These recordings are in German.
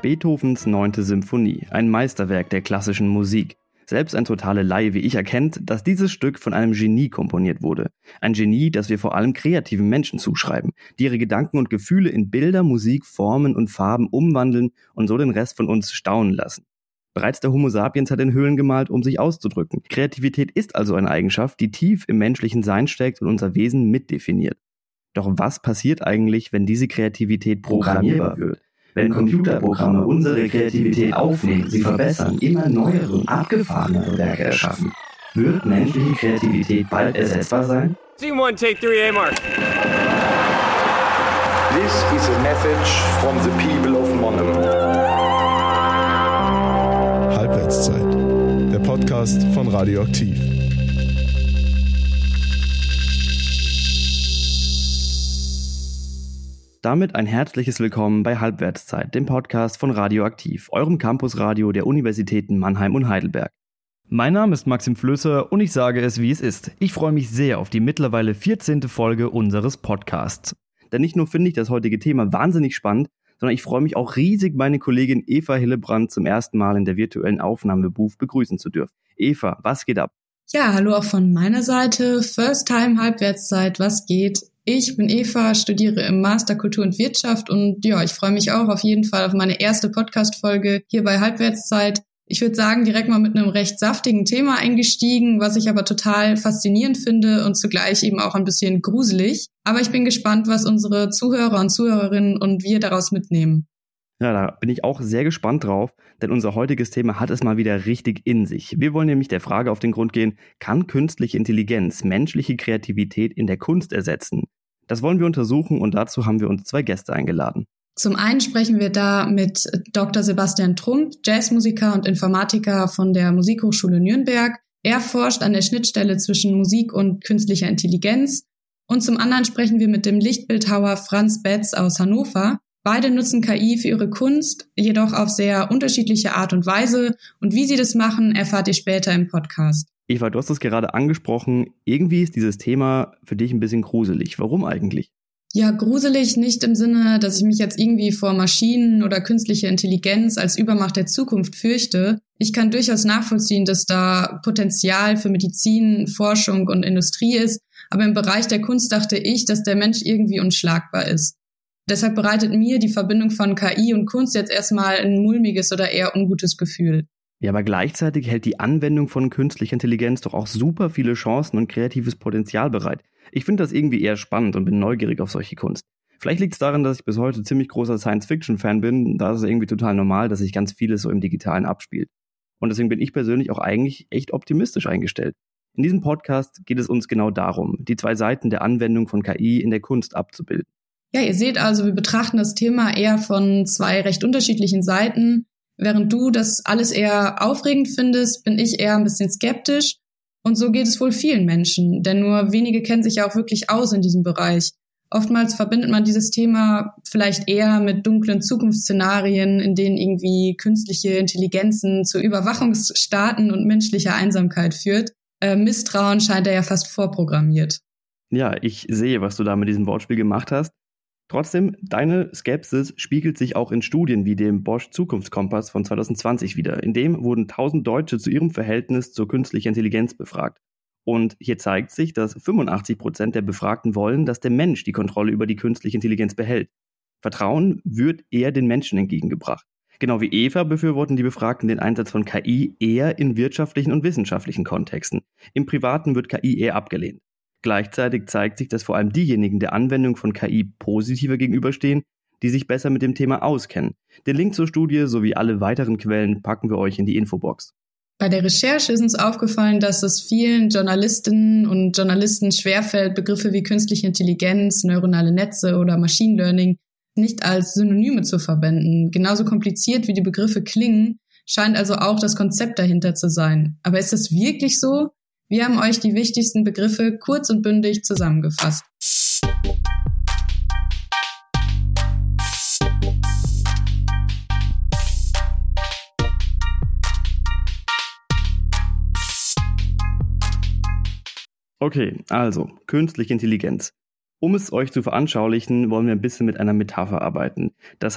Beethovens 9. Symphonie, ein Meisterwerk der klassischen Musik. Selbst ein totaler Laie wie ich erkennt, dass dieses Stück von einem Genie komponiert wurde. Ein Genie, das wir vor allem kreativen Menschen zuschreiben, die ihre Gedanken und Gefühle in Bilder, Musik, Formen und Farben umwandeln und so den Rest von uns staunen lassen. Bereits der Homo sapiens hat in Höhlen gemalt, um sich auszudrücken. Kreativität ist also eine Eigenschaft, die tief im menschlichen Sein steckt und unser Wesen mitdefiniert. Doch was passiert eigentlich, wenn diese Kreativität programmierbar wird? Wenn Computerprogramme unsere Kreativität aufnehmen, sie verbessern, immer neuere und abgefahrenere Werke erschaffen, wird menschliche Kreativität bald ersetzbar sein? Scene 1, take 3, A-Mark. This is a message from the people of Monum. Halbwertszeit, der Podcast von Radioaktiv. Damit ein herzliches Willkommen bei Halbwertszeit, dem Podcast von Radioaktiv, eurem Campusradio der Universitäten Mannheim und Heidelberg. Mein Name ist Maxim Flösser und ich sage es, wie es ist. Ich freue mich sehr auf die mittlerweile 14. Folge unseres Podcasts. Denn nicht nur finde ich das heutige Thema wahnsinnig spannend, sondern ich freue mich auch riesig, meine Kollegin Eva Hillebrand zum ersten Mal in der virtuellen Aufnahmebooth begrüßen zu dürfen. Eva, was geht ab? Ja, hallo auch von meiner Seite. First Time Halbwertszeit, was geht? Ich bin Eva, studiere im Master Kultur und Wirtschaft und ja, ich freue mich auch auf jeden Fall auf meine erste Podcast-Folge hier bei Halbwertszeit. Ich würde sagen, direkt mal mit einem recht saftigen Thema eingestiegen, was ich aber total faszinierend finde und zugleich eben auch ein bisschen gruselig. Aber ich bin gespannt, was unsere Zuhörer und Zuhörerinnen und wir daraus mitnehmen. Ja, da bin ich auch sehr gespannt drauf, denn unser heutiges Thema hat es mal wieder richtig in sich. Wir wollen nämlich der Frage auf den Grund gehen, kann künstliche Intelligenz menschliche Kreativität in der Kunst ersetzen? Das wollen wir untersuchen und dazu haben wir uns 2 Gäste eingeladen. Zum einen sprechen wir da mit Dr. Sebastian Trump, Jazzmusiker und Informatiker von der Musikhochschule Nürnberg. Er forscht an der Schnittstelle zwischen Musik und künstlicher Intelligenz. Und zum anderen sprechen wir mit dem Lichtbildhauer Franz Betz aus Hannover. Beide nutzen KI für ihre Kunst, jedoch auf sehr unterschiedliche Art und Weise. Und wie sie das machen, erfahrt ihr später im Podcast. Eva, du hast es gerade angesprochen. Irgendwie ist dieses Thema für dich ein bisschen gruselig. Warum eigentlich? Ja, gruselig nicht im Sinne, dass ich mich jetzt irgendwie vor Maschinen oder künstliche Intelligenz als Übermacht der Zukunft fürchte. Ich kann durchaus nachvollziehen, dass da Potenzial für Medizin, Forschung und Industrie ist. Aber im Bereich der Kunst dachte ich, dass der Mensch irgendwie unschlagbar ist. Deshalb bereitet mir die Verbindung von KI und Kunst jetzt erstmal ein mulmiges oder eher ungutes Gefühl. Ja, aber gleichzeitig hält die Anwendung von künstlicher Intelligenz doch auch super viele Chancen und kreatives Potenzial bereit. Ich finde das irgendwie eher spannend und bin neugierig auf solche Kunst. Vielleicht liegt es daran, dass ich bis heute ziemlich großer Science-Fiction-Fan bin. Da ist es irgendwie total normal, dass sich ganz vieles so im Digitalen abspielt. Und deswegen bin ich persönlich auch eigentlich echt optimistisch eingestellt. In diesem Podcast geht es uns genau darum, die 2 Seiten der Anwendung von KI in der Kunst abzubilden. Ja, ihr seht also, wir betrachten das Thema eher von 2 recht unterschiedlichen Seiten. Während du das alles eher aufregend findest, bin ich eher ein bisschen skeptisch. Und so geht es wohl vielen Menschen, denn nur wenige kennen sich ja auch wirklich aus in diesem Bereich. Oftmals verbindet man dieses Thema vielleicht eher mit dunklen Zukunftsszenarien, in denen irgendwie künstliche Intelligenzen zu Überwachungsstaaten und menschlicher Einsamkeit führt. Misstrauen scheint da ja fast vorprogrammiert. Ja, ich sehe, was du da mit diesem Wortspiel gemacht hast. Trotzdem, deine Skepsis spiegelt sich auch in Studien wie dem Bosch Zukunftskompass von 2020 wider. In dem wurden 1000 Deutsche zu ihrem Verhältnis zur künstlichen Intelligenz befragt. Und hier zeigt sich, dass 85% der Befragten wollen, dass der Mensch die Kontrolle über die künstliche Intelligenz behält. Vertrauen wird eher den Menschen entgegengebracht. Genau wie Eva befürworten die Befragten den Einsatz von KI eher in wirtschaftlichen und wissenschaftlichen Kontexten. Im Privaten wird KI eher abgelehnt. Gleichzeitig zeigt sich, dass vor allem diejenigen der Anwendung von KI positiver gegenüberstehen, die sich besser mit dem Thema auskennen. Den Link zur Studie sowie alle weiteren Quellen packen wir euch in die Infobox. Bei der Recherche ist uns aufgefallen, dass es vielen Journalistinnen und Journalisten schwerfällt, Begriffe wie künstliche Intelligenz, neuronale Netze oder Machine Learning nicht als Synonyme zu verwenden. Genauso kompliziert wie die Begriffe klingen, scheint also auch das Konzept dahinter zu sein. Aber ist das wirklich so? Wir haben euch die wichtigsten Begriffe kurz und bündig zusammengefasst. Okay, also künstliche Intelligenz. Um es euch zu veranschaulichen, wollen wir ein bisschen mit einer Metapher arbeiten. Deshalb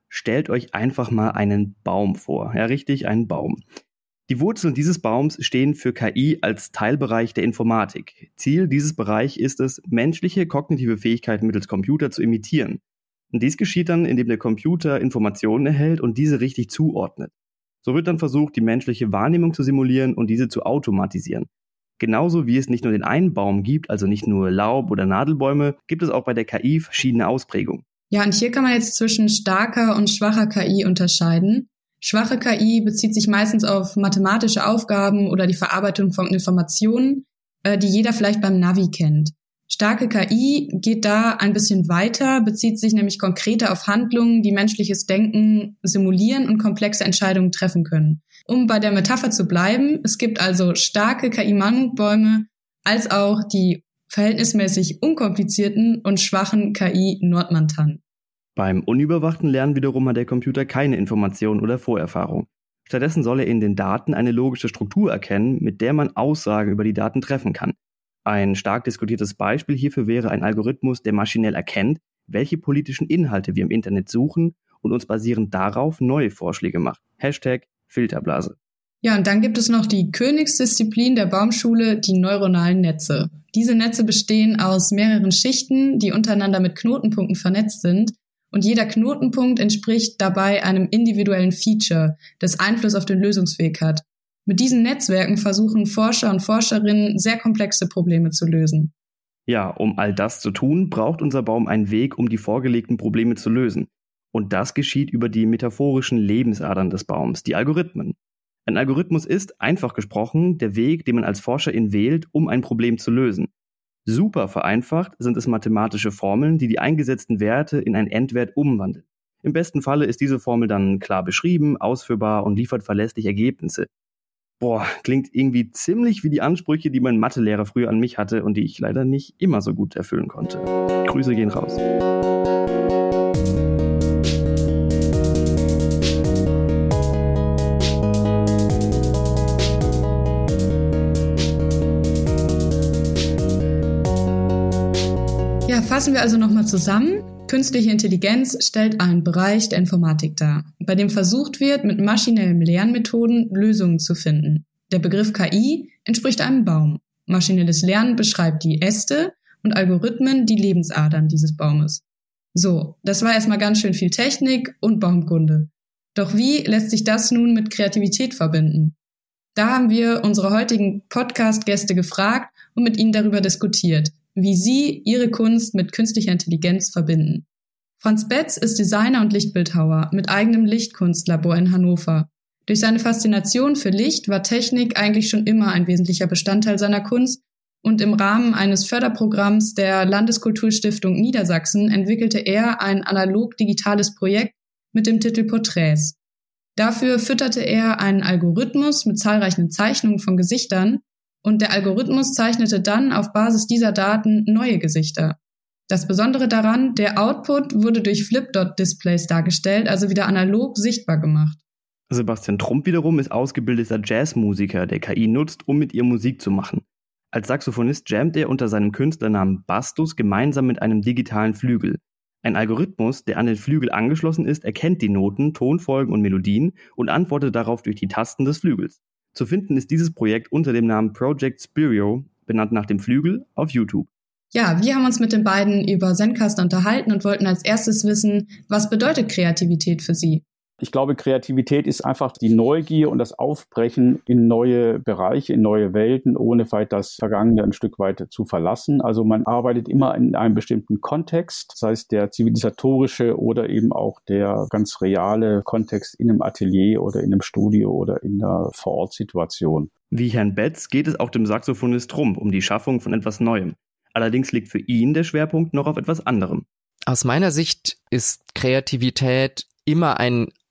Stellt euch einfach mal einen Baum vor. Ja, richtig, einen Baum. Die Wurzeln dieses Baums stehen für KI als Teilbereich der Informatik. Ziel dieses Bereichs ist es, menschliche kognitive Fähigkeiten mittels Computer zu imitieren. Und dies geschieht dann, indem der Computer Informationen erhält und diese richtig zuordnet. So wird dann versucht, die menschliche Wahrnehmung zu simulieren und diese zu automatisieren. Genauso wie es nicht nur den einen Baum gibt, also nicht nur Laub- oder Nadelbäume, gibt es auch bei der KI verschiedene Ausprägungen. Ja, und hier kann man jetzt zwischen starker und schwacher KI unterscheiden. Schwache KI bezieht sich meistens auf mathematische Aufgaben oder die Verarbeitung von Informationen, die jeder vielleicht beim Navi kennt. Starke KI geht da ein bisschen weiter, bezieht sich nämlich konkreter auf Handlungen, die menschliches Denken simulieren und komplexe Entscheidungen treffen können. Um bei der Metapher zu bleiben, es gibt also starke KI-Mammutbäume als auch die verhältnismäßig unkomplizierten und schwachen KI-Nordmantannen. Beim unüberwachten Lernen wiederum hat der Computer keine Information oder Vorerfahrung. Stattdessen soll er in den Daten eine logische Struktur erkennen, mit der man Aussagen über die Daten treffen kann. Ein stark diskutiertes Beispiel hierfür wäre ein Algorithmus, der maschinell erkennt, welche politischen Inhalte wir im Internet suchen und uns basierend darauf neue Vorschläge macht. #Filterblase. Ja, und dann gibt es noch die Königsdisziplin der Baumschule, die neuronalen Netze. Diese Netze bestehen aus mehreren Schichten, die untereinander mit Knotenpunkten vernetzt sind. Und jeder Knotenpunkt entspricht dabei einem individuellen Feature, das Einfluss auf den Lösungsweg hat. Mit diesen Netzwerken versuchen Forscher und Forscherinnen, sehr komplexe Probleme zu lösen. Ja, um all das zu tun, braucht unser Baum einen Weg, um die vorgelegten Probleme zu lösen. Und das geschieht über die metaphorischen Lebensadern des Baums, die Algorithmen. Ein Algorithmus ist, einfach gesprochen, der Weg, den man als Forscherin wählt, um ein Problem zu lösen. Super vereinfacht sind es mathematische Formeln, die die eingesetzten Werte in einen Endwert umwandeln. Im besten Falle ist diese Formel dann klar beschrieben, ausführbar und liefert verlässlich Ergebnisse. Klingt irgendwie ziemlich wie die Ansprüche, die mein Mathelehrer früher an mich hatte und die ich leider nicht immer so gut erfüllen konnte. Grüße gehen raus. Ja, fassen wir also nochmal zusammen. Künstliche Intelligenz stellt einen Bereich der Informatik dar, bei dem versucht wird, mit maschinellen Lernmethoden Lösungen zu finden. Der Begriff KI entspricht einem Baum. Maschinelles Lernen beschreibt die Äste und Algorithmen die Lebensadern dieses Baumes. So, das war erstmal ganz schön viel Technik und Baumkunde. Doch wie lässt sich das nun mit Kreativität verbinden? Da haben wir unsere heutigen Podcast-Gäste gefragt und mit ihnen darüber diskutiert, wie sie ihre Kunst mit künstlicher Intelligenz verbinden. Franz Betz ist Designer und Lichtbildhauer mit eigenem Lichtkunstlabor in Hannover. Durch seine Faszination für Licht war Technik eigentlich schon immer ein wesentlicher Bestandteil seiner Kunst und im Rahmen eines Förderprogramms der Landeskulturstiftung Niedersachsen entwickelte er ein analog-digitales Projekt mit dem Titel Porträts. Dafür fütterte er einen Algorithmus mit zahlreichen Zeichnungen von Gesichtern, und der Algorithmus zeichnete dann auf Basis dieser Daten neue Gesichter. Das Besondere daran, der Output wurde durch Flip-Dot-Displays dargestellt, also wieder analog sichtbar gemacht. Sebastian Trump wiederum ist ausgebildeter Jazzmusiker, der KI nutzt, um mit ihr Musik zu machen. Als Saxophonist jammt er unter seinem Künstlernamen Bastus gemeinsam mit einem digitalen Flügel. Ein Algorithmus, der an den Flügel angeschlossen ist, erkennt die Noten, Tonfolgen und Melodien und antwortet darauf durch die Tasten des Flügels. Zu finden ist dieses Projekt unter dem Namen Project Spyro, benannt nach dem Flügel, auf YouTube. Ja, wir haben uns mit den beiden über Zencastr unterhalten und wollten als erstes wissen, was bedeutet Kreativität für sie? Ich glaube, Kreativität ist einfach die Neugier und das Aufbrechen in neue Bereiche, in neue Welten, ohne vielleicht das Vergangene ein Stück weit zu verlassen. Also man arbeitet immer in einem bestimmten Kontext, das heißt der zivilisatorische oder eben auch der ganz reale Kontext in einem Atelier oder in einem Studio oder in einer Vorortsituation. Wie Herrn Betz geht es auch dem Saxophonist Trump um die Schaffung von etwas Neuem. Allerdings liegt für ihn der Schwerpunkt noch auf etwas anderem. Aus meiner Sicht ist Kreativität immer ein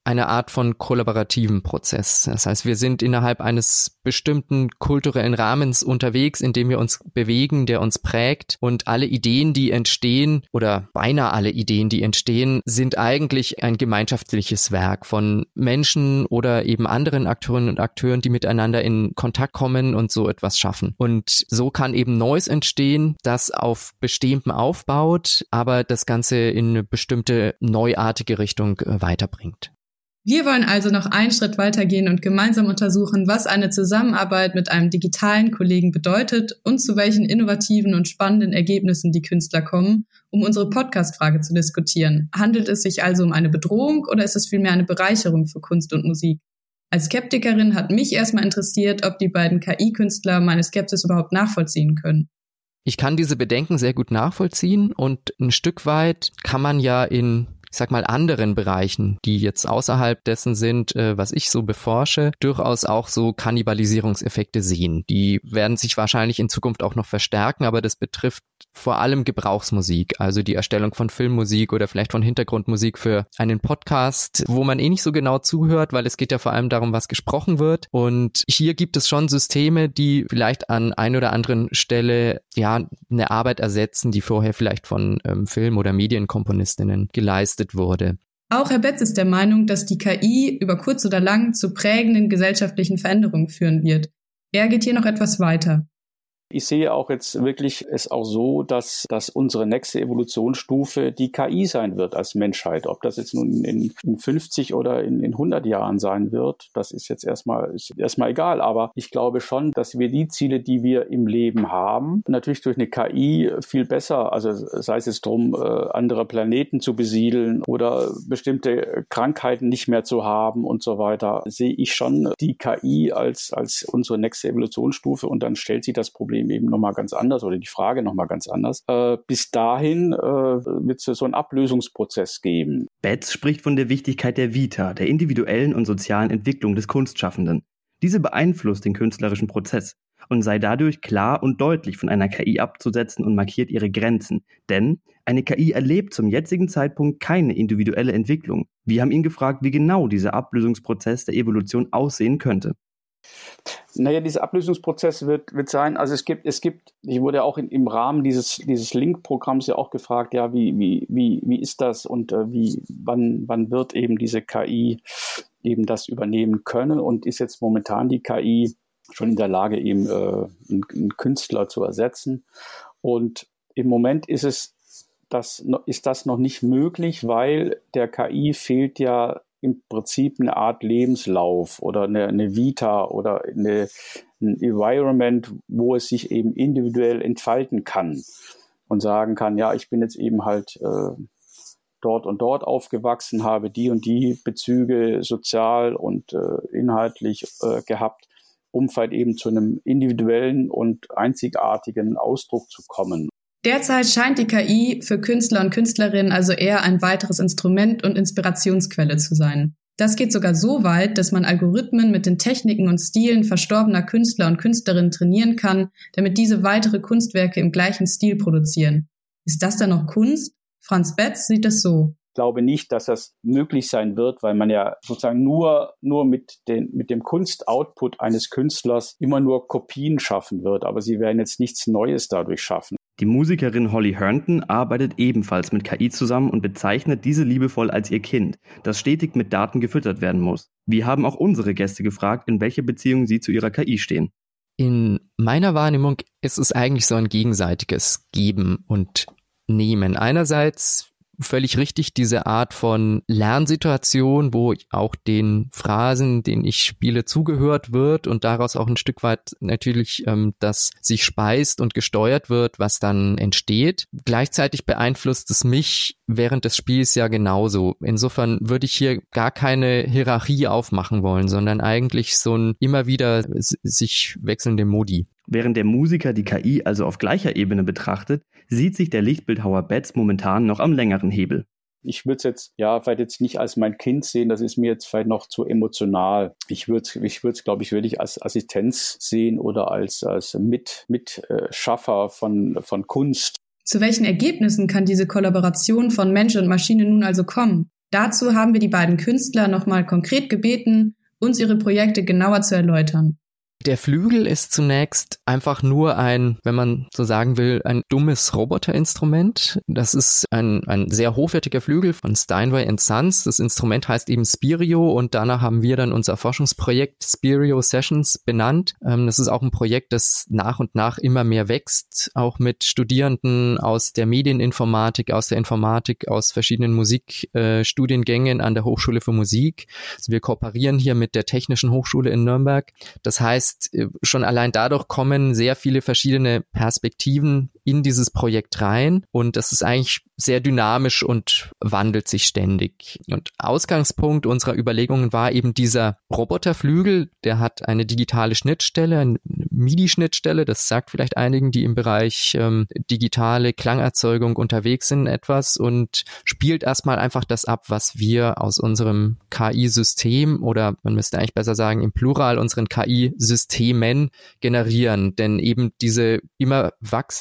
eine Art von kollaborativen Prozess. Das heißt, wir sind innerhalb eines bestimmten kulturellen Rahmens unterwegs, in dem wir uns bewegen, der uns prägt, und alle Ideen, die entstehen, oder beinahe alle Ideen, die entstehen, sind eigentlich ein gemeinschaftliches Werk von Menschen oder eben anderen Akteurinnen und Akteuren, die miteinander in Kontakt kommen und so etwas schaffen. Und so kann eben Neues entstehen, das auf Bestehendem aufbaut, aber das Ganze in eine bestimmte neuartige Richtung weiterbringt. Wir wollen also noch einen Schritt weitergehen und gemeinsam untersuchen, was eine Zusammenarbeit mit einem digitalen Kollegen bedeutet und zu welchen innovativen und spannenden Ergebnissen die Künstler kommen, um unsere Podcast-Frage zu diskutieren. Handelt es sich also um eine Bedrohung oder ist es vielmehr eine Bereicherung für Kunst und Musik? Als Skeptikerin hat mich erstmal interessiert, ob die beiden KI-Künstler meine Skepsis überhaupt nachvollziehen können. Ich kann diese Bedenken sehr gut nachvollziehen und ein Stück weit kann man ja in, ich sag mal, anderen Bereichen, die jetzt außerhalb dessen sind, was ich so beforsche, durchaus auch so Kannibalisierungseffekte sehen. Die werden sich wahrscheinlich in Zukunft auch noch verstärken, aber das betrifft vor allem Gebrauchsmusik, also die Erstellung von Filmmusik oder vielleicht von Hintergrundmusik für einen Podcast, wo man nicht so genau zuhört, weil es geht ja vor allem darum, was gesprochen wird. Und hier gibt es schon Systeme, die vielleicht an ein oder anderen Stelle ja eine Arbeit ersetzen, die vorher vielleicht von Film- oder Medienkomponistinnen geleistet wurde. Auch Herr Betz ist der Meinung, dass die KI über kurz oder lang zu prägenden gesellschaftlichen Veränderungen führen wird. Er geht hier noch etwas weiter. Ich sehe auch jetzt wirklich es auch so, dass unsere nächste Evolutionsstufe die KI sein wird als Menschheit. Ob das jetzt nun in 50 oder in 100 Jahren sein wird, das ist jetzt erstmal egal. Aber ich glaube schon, dass wir die Ziele, die wir im Leben haben, natürlich durch eine KI viel besser, also sei es jetzt darum, andere Planeten zu besiedeln oder bestimmte Krankheiten nicht mehr zu haben und so weiter, sehe ich schon die KI als unsere nächste Evolutionsstufe, und dann stellt sich das Problem eben nochmal ganz anders oder die Frage nochmal ganz anders. Bis dahin wird es so einen Ablösungsprozess geben. Betz spricht von der Wichtigkeit der Vita, der individuellen und sozialen Entwicklung des Kunstschaffenden. Diese beeinflusst den künstlerischen Prozess und sei dadurch klar und deutlich von einer KI abzusetzen und markiert ihre Grenzen. Denn eine KI erlebt zum jetzigen Zeitpunkt keine individuelle Entwicklung. Wir haben ihn gefragt, wie genau dieser Ablösungsprozess der Evolution aussehen könnte. Naja, dieser Ablösungsprozess wird sein, also es gibt, ich wurde ja auch im Rahmen dieses Link-Programms ja auch gefragt, ja, wie ist das und wann wird eben diese KI eben das übernehmen können, und ist jetzt momentan die KI schon in der Lage, eben einen Künstler zu ersetzen, und im Moment ist das noch nicht möglich, weil der KI fehlt ja im Prinzip eine Art Lebenslauf oder eine Vita oder ein Environment, wo es sich eben individuell entfalten kann und sagen kann, ja, ich bin jetzt eben halt dort und dort aufgewachsen, habe die und die Bezüge sozial und inhaltlich gehabt, um halt eben zu einem individuellen und einzigartigen Ausdruck zu kommen. Derzeit scheint die KI für Künstler und Künstlerinnen also eher ein weiteres Instrument und Inspirationsquelle zu sein. Das geht sogar so weit, dass man Algorithmen mit den Techniken und Stilen verstorbener Künstler und Künstlerinnen trainieren kann, damit diese weitere Kunstwerke im gleichen Stil produzieren. Ist das dann noch Kunst? Franz Betz sieht es so. Ich glaube nicht, dass das möglich sein wird, weil man ja sozusagen nur mit dem Kunstoutput eines Künstlers immer nur Kopien schaffen wird, aber sie werden jetzt nichts Neues dadurch schaffen. Die Musikerin Holly Herndon arbeitet ebenfalls mit KI zusammen und bezeichnet diese liebevoll als ihr Kind, das stetig mit Daten gefüttert werden muss. Wir haben auch unsere Gäste gefragt, in welche Beziehung sie zu ihrer KI stehen. In meiner Wahrnehmung ist es eigentlich so ein gegenseitiges Geben und Nehmen. Einerseits völlig richtig diese Art von Lernsituation, wo auch den Phrasen, den ich spiele, zugehört wird und daraus auch ein Stück weit natürlich das sich speist und gesteuert wird, was dann entsteht. Gleichzeitig beeinflusst es mich während des Spiels ja genauso. Insofern würde ich hier gar keine Hierarchie aufmachen wollen, sondern eigentlich so ein immer wieder sich wechselnde Modi. Während der Musiker die KI also auf gleicher Ebene betrachtet, sieht sich der Lichtbildhauer Betz momentan noch am längeren Hebel. Ich würde es jetzt, vielleicht jetzt nicht als mein Kind sehen, das ist mir jetzt vielleicht noch zu emotional. Ich würde es, glaube ich, wirklich als Assistenz sehen oder als Mitschaffer von Kunst. Zu welchen Ergebnissen kann diese Kollaboration von Mensch und Maschine nun also kommen? Dazu haben wir die beiden Künstler nochmal konkret gebeten, uns ihre Projekte genauer zu erläutern. Der Flügel ist zunächst einfach nur ein, wenn man so sagen will, ein dummes Roboterinstrument. Das ist ein sehr hochwertiger Flügel von Steinway & Sons. Das Instrument heißt eben Spirio und danach haben wir dann unser Forschungsprojekt Spirio Sessions benannt. Das ist auch ein Projekt, das nach und nach immer mehr wächst, auch mit Studierenden aus der Medieninformatik, aus der Informatik, aus verschiedenen Musikstudiengängen an der Hochschule für Musik. Also wir kooperieren hier mit der Technischen Hochschule in Nürnberg. Das heißt, schon allein dadurch kommen sehr viele verschiedene Perspektiven in dieses Projekt rein und das ist eigentlich sehr dynamisch und wandelt sich ständig. Und Ausgangspunkt unserer Überlegungen war eben dieser Roboterflügel, der hat eine digitale Schnittstelle, eine MIDI-Schnittstelle, das sagt vielleicht einigen, die im Bereich digitale Klangerzeugung unterwegs sind, etwas und spielt erstmal einfach das ab, was wir aus unserem KI-System oder man müsste eigentlich besser sagen im Plural unseren KI-Systemen generieren, denn eben diese immer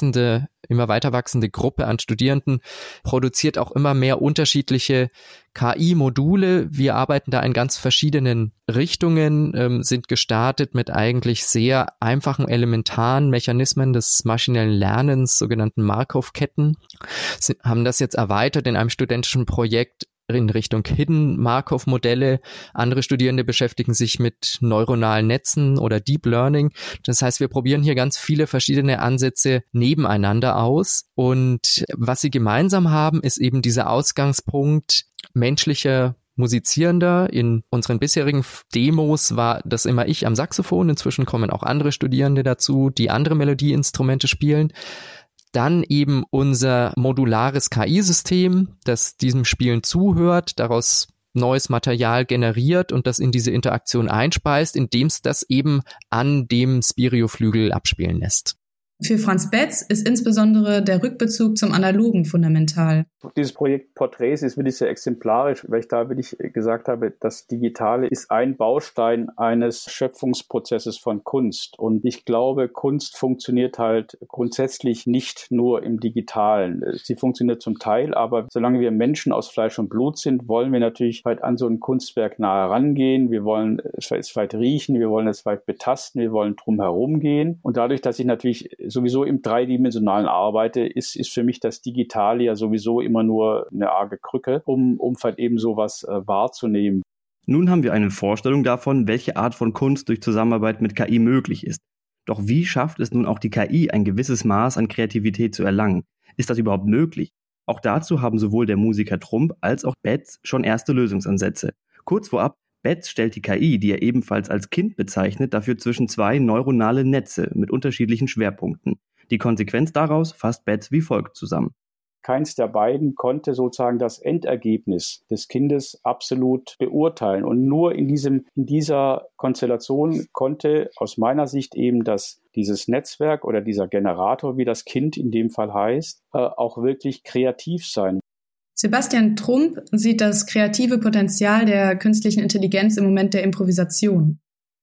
weiter wachsende Gruppe an Studierenden produziert auch immer mehr unterschiedliche KI-Module. Wir arbeiten da in ganz verschiedenen Richtungen, sind gestartet mit eigentlich sehr einfachen, elementaren Mechanismen des maschinellen Lernens, sogenannten Markov-Ketten, haben das jetzt erweitert in einem studentischen Projekt in Richtung Hidden Markov-Modelle. Andere Studierende beschäftigen sich mit neuronalen Netzen oder Deep Learning. Das heißt, wir probieren hier ganz viele verschiedene Ansätze nebeneinander aus. Und was sie gemeinsam haben, ist eben dieser Ausgangspunkt menschlicher Musizierender. In unseren bisherigen Demos war das immer ich am Saxophon. Inzwischen kommen auch andere Studierende dazu, die andere Melodieinstrumente spielen. Dann eben unser modulares KI-System, das diesem Spielen zuhört, daraus neues Material generiert und das in diese Interaktion einspeist, indem es das eben an dem Spirio-Flügel abspielen lässt. Für Franz Betz ist insbesondere der Rückbezug zum Analogen fundamental. Dieses Projekt Porträts ist wirklich sehr exemplarisch, weil ich da wirklich gesagt habe, das Digitale ist ein Baustein eines Schöpfungsprozesses von Kunst. Und ich glaube, Kunst funktioniert halt grundsätzlich nicht nur im Digitalen. Sie funktioniert zum Teil, aber solange wir Menschen aus Fleisch und Blut sind, wollen wir natürlich halt an so ein Kunstwerk nahe rangehen. Wir wollen es weit riechen, wir wollen es weit betasten, wir wollen drum herum gehen. Und dadurch, dass ich natürlich sowieso im dreidimensionalen arbeite, ist für mich das Digitale ja sowieso immer nur eine arge Krücke, um halt eben sowas wahrzunehmen. Nun haben wir eine Vorstellung davon, welche Art von Kunst durch Zusammenarbeit mit KI möglich ist. Doch wie schafft es nun auch die KI, ein gewisses Maß an Kreativität zu erlangen? Ist das überhaupt möglich? Auch dazu haben sowohl der Musiker Trump als auch Betz schon erste Lösungsansätze. Kurz vorab, Betz stellt die KI, die er ebenfalls als Kind bezeichnet, dafür zwischen zwei neuronale Netze mit unterschiedlichen Schwerpunkten. Die Konsequenz daraus fasst Betz wie folgt zusammen. Keins der beiden konnte sozusagen das Endergebnis des Kindes absolut beurteilen. Und nur in dieser Konstellation konnte aus meiner Sicht eben dieses Netzwerk oder dieser Generator, wie das Kind in dem Fall heißt, auch wirklich kreativ sein. Sebastian Trump sieht das kreative Potenzial der künstlichen Intelligenz im Moment der Improvisation.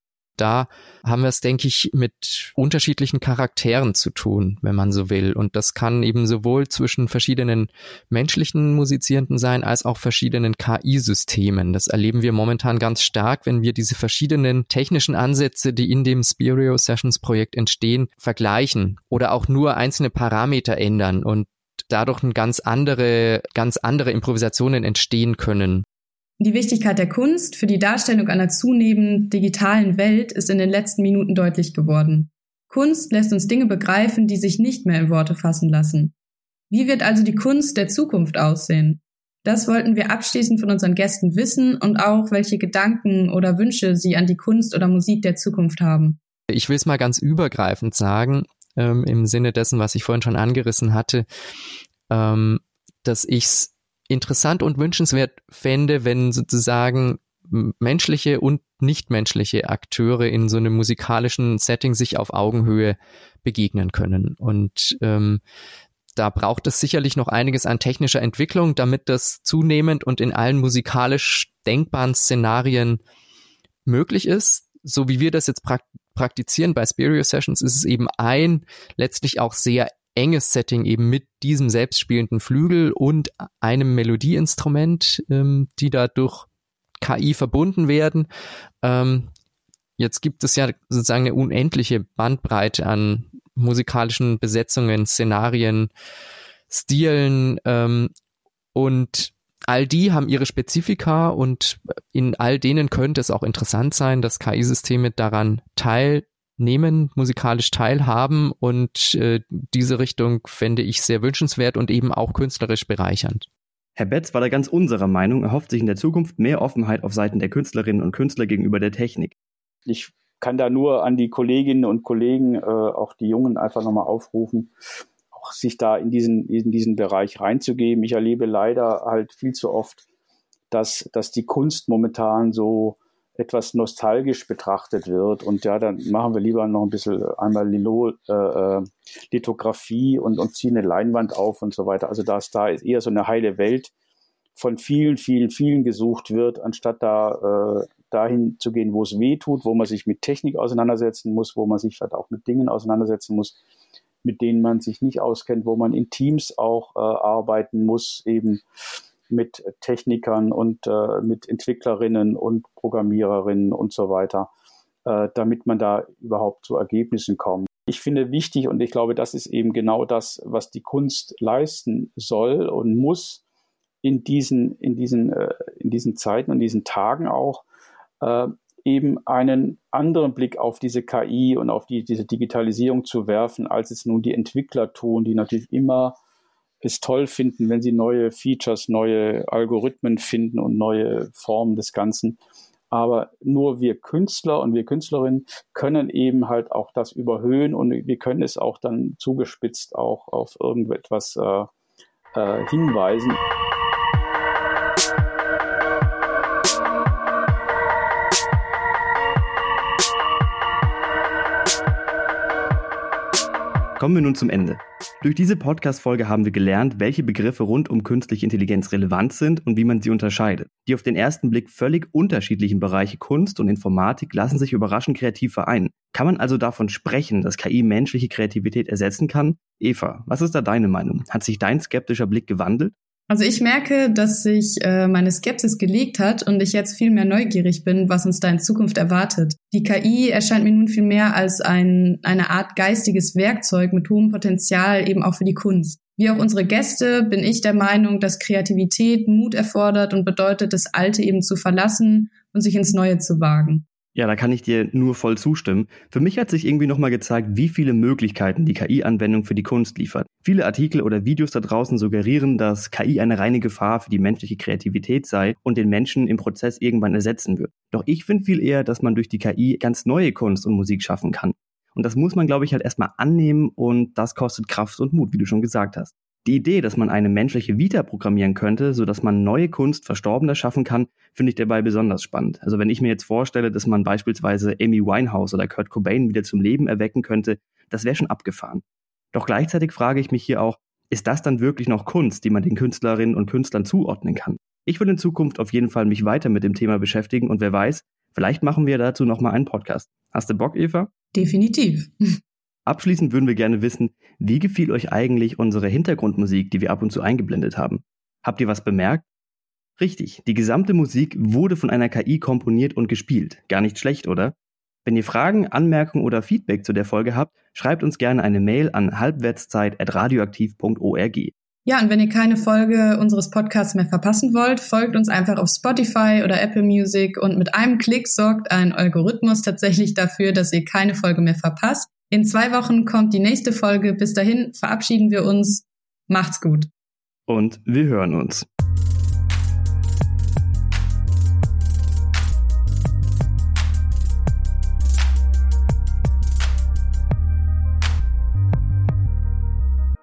Da haben wir es, denke ich, mit unterschiedlichen Charakteren zu tun, wenn man so will. Und das kann eben sowohl zwischen verschiedenen menschlichen Musizierenden sein, als auch verschiedenen KI-Systemen. Das erleben wir momentan ganz stark, wenn wir diese verschiedenen technischen Ansätze, die in dem Spirio Sessions Projekt entstehen, vergleichen oder auch nur einzelne Parameter ändern und dadurch ganz andere Improvisationen entstehen können. Die Wichtigkeit der Kunst für die Darstellung einer zunehmend digitalen Welt ist in den letzten Minuten deutlich geworden. Kunst lässt uns Dinge begreifen, die sich nicht mehr in Worte fassen lassen. Wie wird also die Kunst der Zukunft aussehen? Das wollten wir abschließend von unseren Gästen wissen und auch, welche Gedanken oder Wünsche sie an die Kunst oder Musik der Zukunft haben. Ich will es mal ganz übergreifend sagen, im Sinne dessen, was ich vorhin schon angerissen hatte, dass ich es interessant und wünschenswert fände, wenn sozusagen menschliche und nichtmenschliche Akteure in so einem musikalischen Setting sich auf Augenhöhe begegnen können. Und da braucht es sicherlich noch einiges an technischer Entwicklung, damit das zunehmend und in allen musikalisch denkbaren Szenarien möglich ist. So wie wir das jetzt praktizieren bei Spirio Sessions, ist es eben ein letztlich auch sehr enges Setting eben mit diesem selbstspielenden Flügel und einem Melodieinstrument, die da durch KI verbunden werden. Jetzt gibt es ja sozusagen eine unendliche Bandbreite an musikalischen Besetzungen, Szenarien, Stilen und all die haben ihre Spezifika, und in all denen könnte es auch interessant sein, dass KI-Systeme daran teilnehmen, musikalisch teilhaben, und diese Richtung fände ich sehr wünschenswert und eben auch künstlerisch bereichernd. Herr Betz war da ganz unserer Meinung, erhofft sich in der Zukunft mehr Offenheit auf Seiten der Künstlerinnen und Künstler gegenüber der Technik. Ich kann da nur an die Kolleginnen und Kollegen, auch die Jungen, einfach nochmal aufrufen, auch sich da in diesen Bereich reinzugeben. Ich erlebe leider halt viel zu oft, dass die Kunst momentan so etwas nostalgisch betrachtet wird. Und ja, dann machen wir lieber noch ein bisschen einmal Lithografie und ziehen eine Leinwand auf und so weiter. Also da ist eher so eine heile Welt von vielen, vielen, vielen gesucht wird, anstatt dahin zu gehen, wo es weh tut, wo man sich mit Technik auseinandersetzen muss, wo man sich halt auch mit Dingen auseinandersetzen muss, mit denen man sich nicht auskennt, wo man in Teams auch arbeiten muss, eben mit Technikern und mit Entwicklerinnen und Programmiererinnen und so weiter, damit man da überhaupt zu Ergebnissen kommt. Ich finde wichtig, und ich glaube, das ist eben genau das, was die Kunst leisten soll und muss in diesen Zeiten und diesen Tagen auch, eben einen anderen Blick auf diese KI und auf diese Digitalisierung zu werfen, als es nun die Entwickler tun, die natürlich immer es toll finden, wenn sie neue Features, neue Algorithmen finden und neue Formen des Ganzen. Aber nur wir Künstler und wir Künstlerinnen können eben halt auch das überhöhen, und wir können es auch dann zugespitzt auch auf irgendetwas hinweisen. Kommen wir nun zum Ende. Durch diese Podcast-Folge haben wir gelernt, welche Begriffe rund um künstliche Intelligenz relevant sind und wie man sie unterscheidet. Die auf den ersten Blick völlig unterschiedlichen Bereiche Kunst und Informatik lassen sich überraschend kreativ vereinen. Kann man also davon sprechen, dass KI menschliche Kreativität ersetzen kann? Eva, was ist da deine Meinung? Hat sich dein skeptischer Blick gewandelt? Also ich merke, dass sich meine Skepsis gelegt hat und ich jetzt viel mehr neugierig bin, was uns da in Zukunft erwartet. Die KI erscheint mir nun viel mehr als eine Art geistiges Werkzeug mit hohem Potenzial eben auch für die Kunst. Wie auch unsere Gäste bin ich der Meinung, dass Kreativität Mut erfordert und bedeutet, das Alte eben zu verlassen und sich ins Neue zu wagen. Ja, da kann ich dir nur voll zustimmen. Für mich hat sich irgendwie nochmal gezeigt, wie viele Möglichkeiten die KI-Anwendung für die Kunst liefert. Viele Artikel oder Videos da draußen suggerieren, dass KI eine reine Gefahr für die menschliche Kreativität sei und den Menschen im Prozess irgendwann ersetzen wird. Doch ich finde viel eher, dass man durch die KI ganz neue Kunst und Musik schaffen kann. Und das muss man, glaube ich, halt erstmal annehmen, und das kostet Kraft und Mut, wie du schon gesagt hast. Die Idee, dass man eine menschliche Vita programmieren könnte, sodass man neue Kunst Verstorbener schaffen kann, finde ich dabei besonders spannend. Also wenn ich mir jetzt vorstelle, dass man beispielsweise Amy Winehouse oder Kurt Cobain wieder zum Leben erwecken könnte, das wäre schon abgefahren. Doch gleichzeitig frage ich mich hier auch, ist das dann wirklich noch Kunst, die man den Künstlerinnen und Künstlern zuordnen kann? Ich will in Zukunft auf jeden Fall mich weiter mit dem Thema beschäftigen, und wer weiß, vielleicht machen wir dazu nochmal einen Podcast. Hast du Bock, Eva? Definitiv. Abschließend würden wir gerne wissen, wie gefiel euch eigentlich unsere Hintergrundmusik, die wir ab und zu eingeblendet haben? Habt ihr was bemerkt? Richtig, die gesamte Musik wurde von einer KI komponiert und gespielt. Gar nicht schlecht, oder? Wenn ihr Fragen, Anmerkungen oder Feedback zu der Folge habt, schreibt uns gerne eine Mail an halbwertszeit@radioaktiv.org. Ja, und wenn ihr keine Folge unseres Podcasts mehr verpassen wollt, folgt uns einfach auf Spotify oder Apple Music, und mit einem Klick sorgt ein Algorithmus tatsächlich dafür, dass ihr keine Folge mehr verpasst. In 2 Wochen kommt die nächste Folge. Bis dahin verabschieden wir uns. Macht's gut. Und wir hören uns.